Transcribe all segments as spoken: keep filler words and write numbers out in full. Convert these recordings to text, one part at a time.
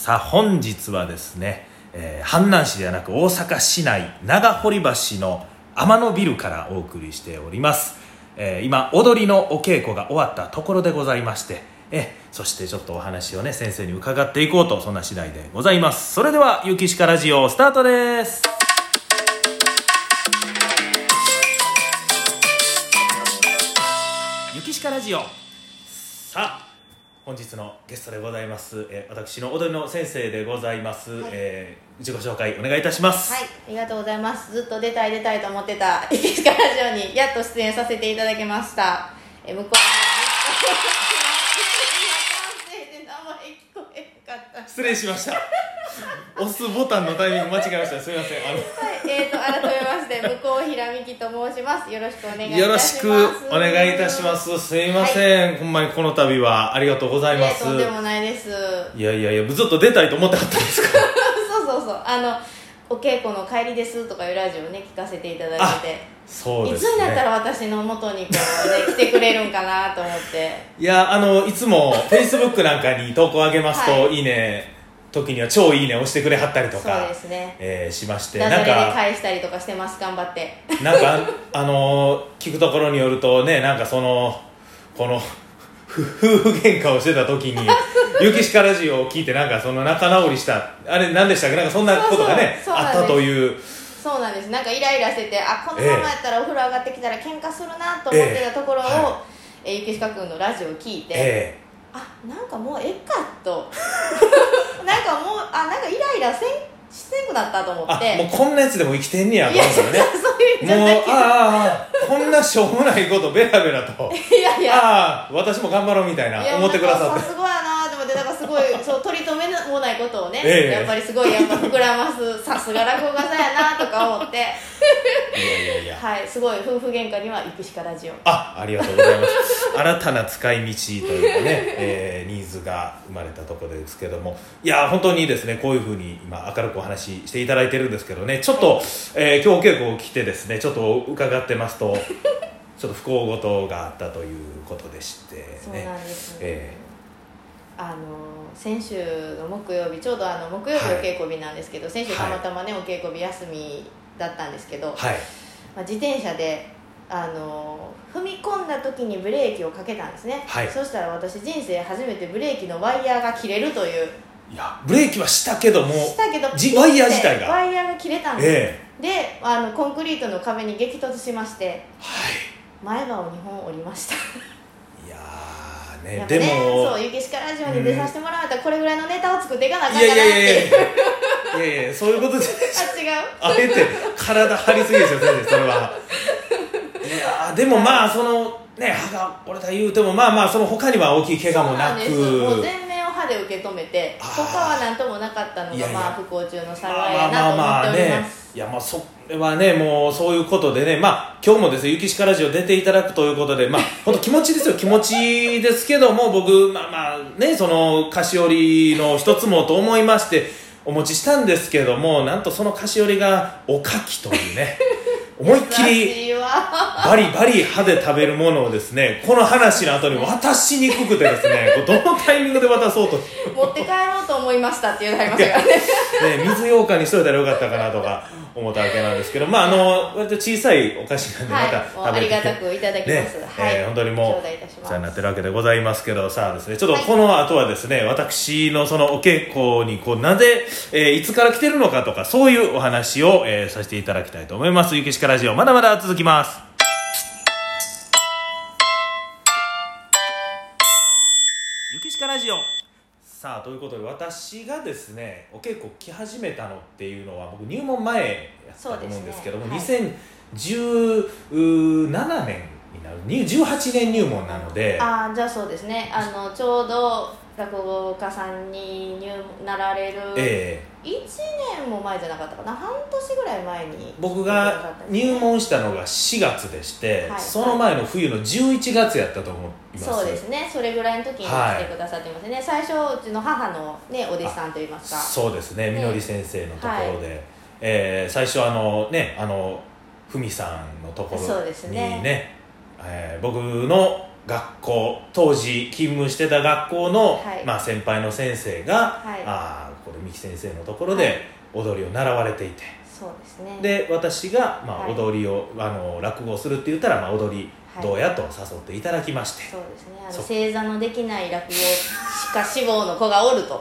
さあ本日はですね、えー、阪南市ではなく大阪市内長堀橋の天野ビルからお送りしております。えー、今踊りのお稽古が終わったところでございまして、えそしてちょっとお話をね先生に伺っていこうと、そんな次第でございます。それではゆきしかラジオスタートです。ゆきしかラジオ、さあ本日のゲストでございます、えー、私の踊りの先生でございます、はい、えー、自己紹介お願いいたします。 はい、ありがとうございます。ずっと出たい出たいと思ってたゆきしかラジオにやっと出演させていただきました。えー、向こう失礼しました。押すボタンのタイミング間違えました。すみません。あの、はい、 えーと改めまして向平美希と申します。よろしくお願いいたします。 よろしくお願いいたします。すみません、はい、ほんまにこの度はありがとうございます。 とんでもないです。 いやいやいや、ずっと出たいと思ってはったんですか。 そうそうそう、あのお稽古の帰りですとかいうラジオをね聞かせていただいてて、 そうですね、 いつになったら私の元にこう、ね、来てくれるんかなと思って。 いや、あのいつもフェイスブックなんかに投稿あげますと、はい、いいね時には超いいね押してくれはったりとか、 そうですね、 えー、しまして、 ダジャレで返したりとかしてます。頑張って。 なんかあの聞くところによるとね、なんかそのこの夫婦喧嘩をしてた時にゆきしかラジオを聞いて、なんかその仲直りしたあれ何でしたっけ、なんかそんなことがねあったという。そうなんです。なんかイライラしてて、あ、このままやったらお風呂上がってきたら喧嘩するなと思ってたところを、えーはい、えー、ゆきしかくんのラジオを聞いて、えー、あ、なんかもうええかとなんかもうあなんかイライラせんしてんくなったと思って、 あ、もうこんなやつでも生きてんねやと思ったらね。 そういうもうああこんなしょうもないことベラベラといやいや、 ああ私も頑張ろうみたいな思ってくださって、 さすがやなと思って、だからすごいそう取り留めもないことをね、 ええ、 やっぱりすごいやっぱ膨らますさすが落語家さんやなとか思っていやいやいや、 はい、すごい夫婦喧嘩にはゆきしかラジオ、 あ、ありがとうございます。新たな使い道というかね、えー、ニーズが生まれたところですけども、いや本当にですね、こういうふうに今明るくお話ししていただいてるんですけどね、ちょっと、はい、えー、今日お稽古を来てですね、ちょっと伺ってますとちょっと不幸事があったということでしてね。 そうなんです、 えー、あの先週の木曜日、ちょうどあの木曜日お稽古日なんですけど、はい、先週たまたまね、はい、お稽古日休みだったんですけど、はい、まあ、自転車であの踏み込んだ時にブレーキをかけたんですね、はい、そしたら私人生初めてブレーキのワイヤーが切れるという。いやブレーキはしたけどもしたけどワイヤー自体がワイヤーが切れたんです、 えー、であのコンクリートの壁に激突しまして、 はい、 前歯をにほん折りました。いやーね、 ね、 でもそうゆきしかラジオに出させてもらったらこれぐらいのネタを作っていかなあかんかなっていう。 いやいやいやいやいやいやそういうことじゃないあ、違う、 あえて体張りすぎですよ先生、それは。いやでもまあそのね、歯が折れた言うてもまあまあその他には大きい怪我もなく、 もう全面を歯で受け止めて、他は何ともなかったのが、いやいや、まあ不幸中の幸いやなと思っております。 いやまあそれはね、もうそういうことでね、まあ今日もですねゆきしかラジオ出ていただくということで、まあ本当気持ちですよ気持ちですけども、僕まあまあねその菓子折りの一つもと思いましてお持ちしたんですけども、なんとその菓子折りがおかきというね思いっきりバリバリ歯で食べるものをですね、この話の後に渡しにくくてですね、どのタイミングで渡そうと持って帰ろうと思いましたっていうのがありましたからねね、水羊羹にしといたらよかったかなとか思ったわけなんですけど、まああの割と小さいお菓子なんでまた食べて、 はい、ありがたくいただきます、 ね、 はい、 えー、本当にもうお世話になってるわけでございますけど、さあですね、ちょっとこの後はですね、はい、私のそのお稽古にこうなぜ、えー、いつから来てるのかとかそういうお話を、えー、させていただきたいと思います。ゆきしかラジオまだまだ続きます。ゆきしかラジオ、さあということで私がですねお稽古来始めたのっていうのは僕入門前やったと思うんですけども、ね、はい、にせんじゅうななねんになるじゅうはちねん入門なので、 ああじゃあそうですね、あのちょうど落語家さんに入なられる、えー、いちねんも前じゃなかったかな、半年ぐらい前に僕が入門したのがしがつでして、はい、その前の冬のじゅういちがつやったと思います。 そうですね、それぐらいの時に来てくださってますね、はい、最初うちの母の、ね、お弟子さんといいますか、 そうですね、みのり先生のところで、はい、えー、最初あのねあのふみさんのところにね、ね、えー、僕の学校当時勤務してた学校の、 はい、 まあ、先輩の先生が、 はい、 あこれ三木先生のところで踊りを習われていて、はい、 そうですね、 で私が、まあ、踊りを、はい、あの落語をするって言ったら、まあ、踊りどうやと誘っていただきまして、 そうですね、あの正座のできない落語家志望の子がおると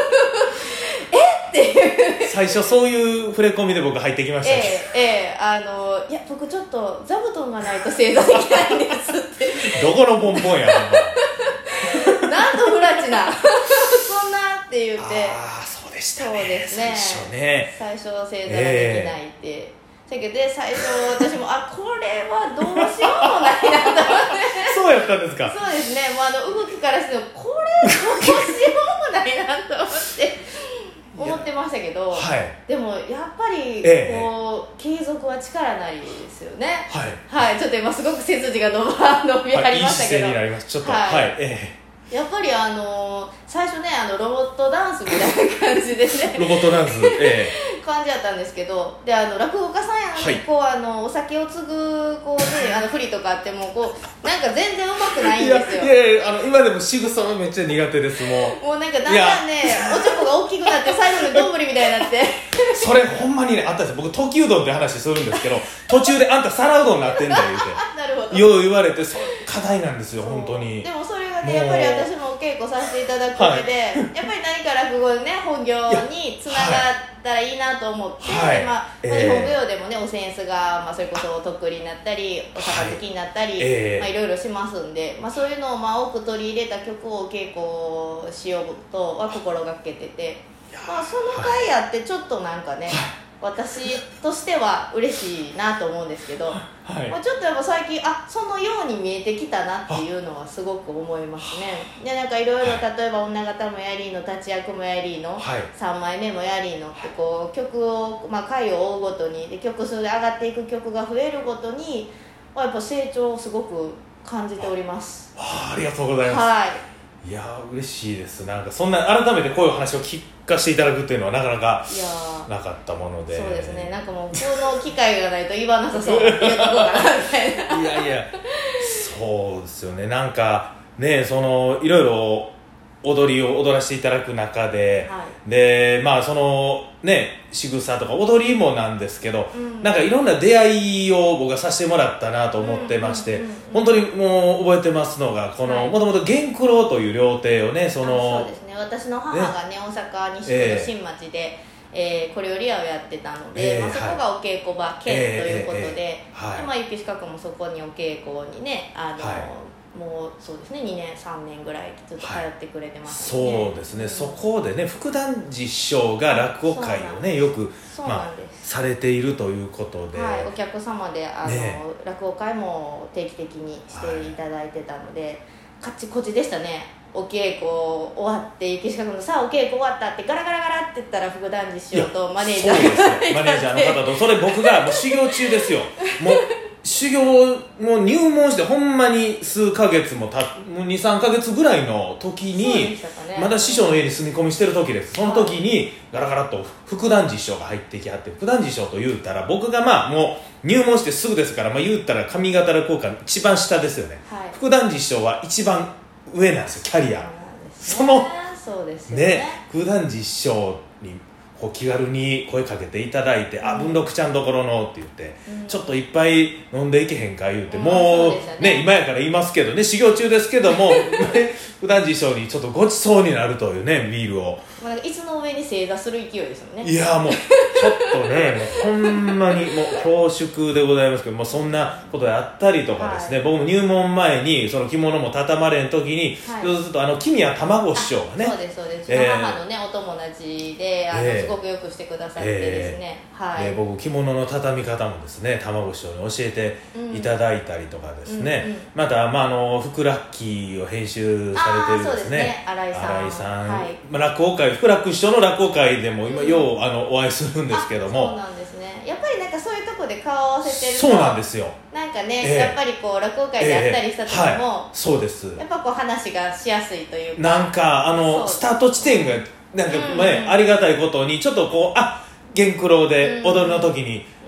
えっていう最初そういう触れ込みで僕入ってきましたね、 ええええ、あのいや僕ちょっと座布団がないと正座できないんですってどこのボンボンやなんとフラチなそんなって言って、 ああそうでしたね、 そうですね、 最初ね最初正座ができないって、えーだけどで最初私もあこれはどうしようもないなと思ってそうやったんですか。 そうですね、もうあの動きからしてもこれどうしようもないなと思って思ってましたけど、 はい、 でもやっぱりこう、 ええ、継続は力なりですよね。 はい、 はい、ちょっと今すごく背筋が伸ば伸びありましたけど、 はい、いい姿勢になりますちょっと、 はい、 はい、ええやっぱりあのー、最初ねあのロボットダンスみたいな感じでねロボットダンス、ええ、感じだったんですけど、であの落語家さんやのに、はい、こうあのお酒を継ぐこう、ね、あの振りとかあってもこうなんか全然うまくないんですよ。 いやいやあの今でも仕草はめっちゃ苦手です。もうもうなんかだんだんねおちょこが大きくなって最後にどんぶりみたいになってそれほんまにねあったんですよ。僕時うどんって話するんですけど途中であんた皿うどんになってんだよ言うてなるほどよう言われてそれ課題なんですよ本当に。 でもそれがねやっぱり私もお稽古させていただく上で、はい、やっぱり何か落語でね本業につながったらいいなと思って、はいまあえー、日本舞踊でもねお扇子が、まあ、それこそおとっくりになったりお杯になったり、はいえーまあ、いろいろしますんで、まあ、そういうのをまあ多く取り入れた曲をお稽古しようとは心がけてて、まあ、その回あってちょっとなんかね、はい私としては嬉しいなと思うんですけど、はいまあ、ちょっとやっぱ最近あそのように見えてきたなっていうのはすごく思いますね。でなんかいろいろ例えば女形もやりの立ち役もやりの、はい、さんまいめもやりのってこう曲を、まあ、回を追うごとにで曲数で上がっていく曲が増えるごとに、まあ、やっぱ成長をすごく感じております。 あ, ありがとうございます、 はいいや嬉しいです。なんかそんな改めてこういう話を聞かせていただくっていうのはなかなかなかったもので、 そうですね。なんかもうこの機会がないと言わなさそうって言うとこうかなみたいな。 いやいや、そうですよね。なんかねそのいろいろ踊りを踊らせていただく中で、はい、でまあそのね仕草とか踊りもなんですけど、うん、なんかいろんな出会いを僕がさせてもらったなと思ってまして、本当にもう覚えてますのがこのもともと源九郎という料亭をねそのそうですね私の母がね、ね、大阪西区の新町で、えーえー、小料理屋をやってたので、えーまあ、そこがお稽古場兼ということで、えーえーはいでまあ、雪近くもそこにお稽古にねあの、はいもうそうですねにねんさんねんぐらいずっと通ってくれてますね、 はい、そうですね、うん、そこでね福団次師匠が落語会をねよく、まあ、されているということで、 はい、お客様であの、ね、落語会も定期的にしていただいてたので、はい、カッチコチでしたね。お稽古終わって雪下君のさあお稽古終わったってガラガラガラって言ったら福団次師匠とマネージャーがそうですよマネージャーの方とそれ僕がもう修行中ですよもう修行も入門してほんまに数ヶ月もたもう にさんかげつぐらいの時に、ね、まだ師匠の家に住み込みしてる時です。その時にガラガラっと福団次師匠が入ってきはって福団次師匠と言うたら僕がまあもう入門してすぐですから、まあ、言うたら上方落語家一番下ですよね、はい、福団次師匠は一番上なんですよキャリア。そのそうですよねね福団次師匠にこう気軽に声かけていただいて、うん、あ文禄ちゃんところのって言って、うん、ちょっといっぱい飲んでいけへんか言うて、うん、もう、うね、ね今やから言いますけどね修行中ですけども普段次師匠にちょっとごちそうになるというねビールを、 まあ、いつの上に正座する勢いですよね。 いやもうちょっとねもうほんまにもう恐縮でございますけどもうそんなことであったりとかですね、はい、僕も入門前にその着物も畳まれん時に、はい、ずっとあの君は卵師匠がねそうですそうです、えー、母のねお友達であの、えー、すごくよくしてくださってですね、えーはい、 で僕着物の畳み方もですね卵師匠に教えていただいたりとかですね、うんうんうん、また、まあ、あの福ラッキーを編集されてるですね新井さん、 新井さん、はいまあ、落語会福楽師匠の落語会でも今、うん、ようあのお会いするんですけども、 そうなんですね。やっぱりなんかそういうとこで顔を合わせてるとそうなんですよ。 なんかね、えー、やっぱりこう落語会であったりした時も、えーはい、 そうですやっぱこう話がしやすいというかなんかあのスタート地点がなんか、ねうんうん、ありがたいことにちょっとこうあ源九郎で踊りの時に、うん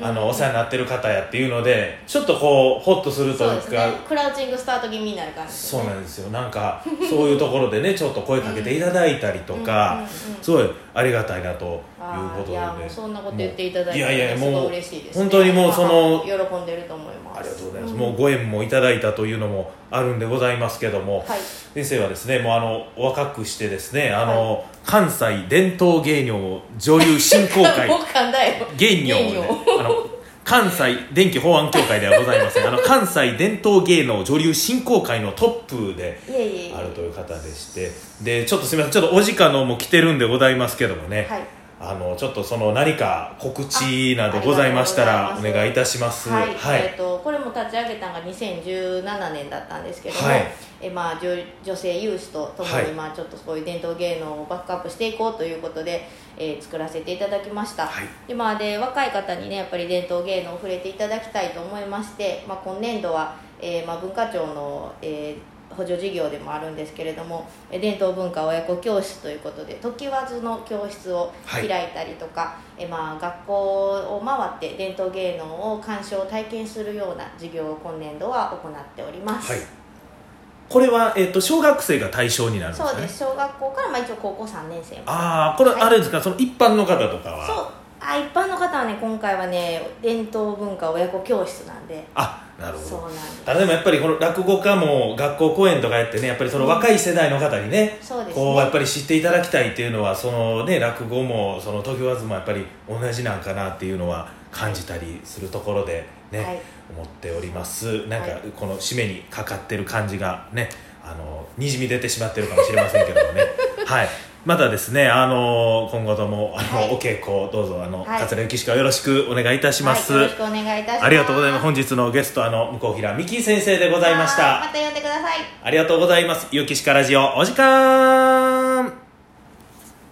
あのお世話になってる方やっていうのでちょっとこうホッとするというか、 そうですね、クラウチングスタート気味になる感じですね。 そうなんですよ。なんかそういうところでねちょっと声かけていただいたりとか、うんうんうんうん、すごいありがたいなということで、 いやもうそんなこと言っていただいて、ね、いやいやもうすごい嬉しいです、ね、 本当にもうその喜んでると思います。 ありがとうございます、うん、もうご縁もいただいたというのもあるんでございますけども、はい、先生はですねもうあのお若くしてですねあの、はい、関西伝統芸能女流振興会芸能ねあの関西電気法案協会ではございませんあの関西伝統芸能女流振興会のトップであるという方でしてでちょっとすみませんちょっとお時間のも来てるんでございますけどもね、はい、あのちょっとその何か告知などございましたらお願いいたします。 はい、はい、えー、とこれも立ち上げたのがにせんじゅうななねんだったんですけども、はい、えまあ、女, 女性有志とともに、まあ、ちょっとそういう伝統芸能をバックアップしていこうということで、えー、作らせていただきました。はい、でまあ、で若い方にねやっぱり伝統芸能を触れていただきたいと思いまして、まあ、今年度は、えーまあ、文化庁の、えー補助事業でもあるんですけれども伝統文化親子教室ということで常盤津の教室を開いたりとか、はい、えまあ、学校を回って伝統芸能を鑑賞体験するような授業を今年度は行っております。はい、 これは、えー、と小学生が対象になるんですかね。 そうです。小学校から、まあ、一応高校さんねん生も。 ああ、これあれですか、はい、その一般の方とかは。 そうあ一般の方はね今回はね伝統文化親子教室なんで。 あなるほど。 そうなんです。 ただでもやっぱりこの落語家も学校公演とかやってねやっぱりその若い世代の方にね、うん、そうですね、こうやっぱり知っていただきたいっていうのはそのね落語もその常盤津もやっぱり同じなんかなっていうのは感じたりするところでね、はい、思っております。なんかこの締めにかかってる感じがねあのにじみ出てしまってるかもしれませんけどもねはい。またですね、あの今後ともあの、はい、お稽古どうぞあの、はい、桂幸鹿よろしくお願いいたします、 はい、よろしくお願いいたします。 ありがとうございます。本日のゲストあの向平美希先生でございました。 また呼んでください。 ありがとうございます。幸鹿ラジオお時間。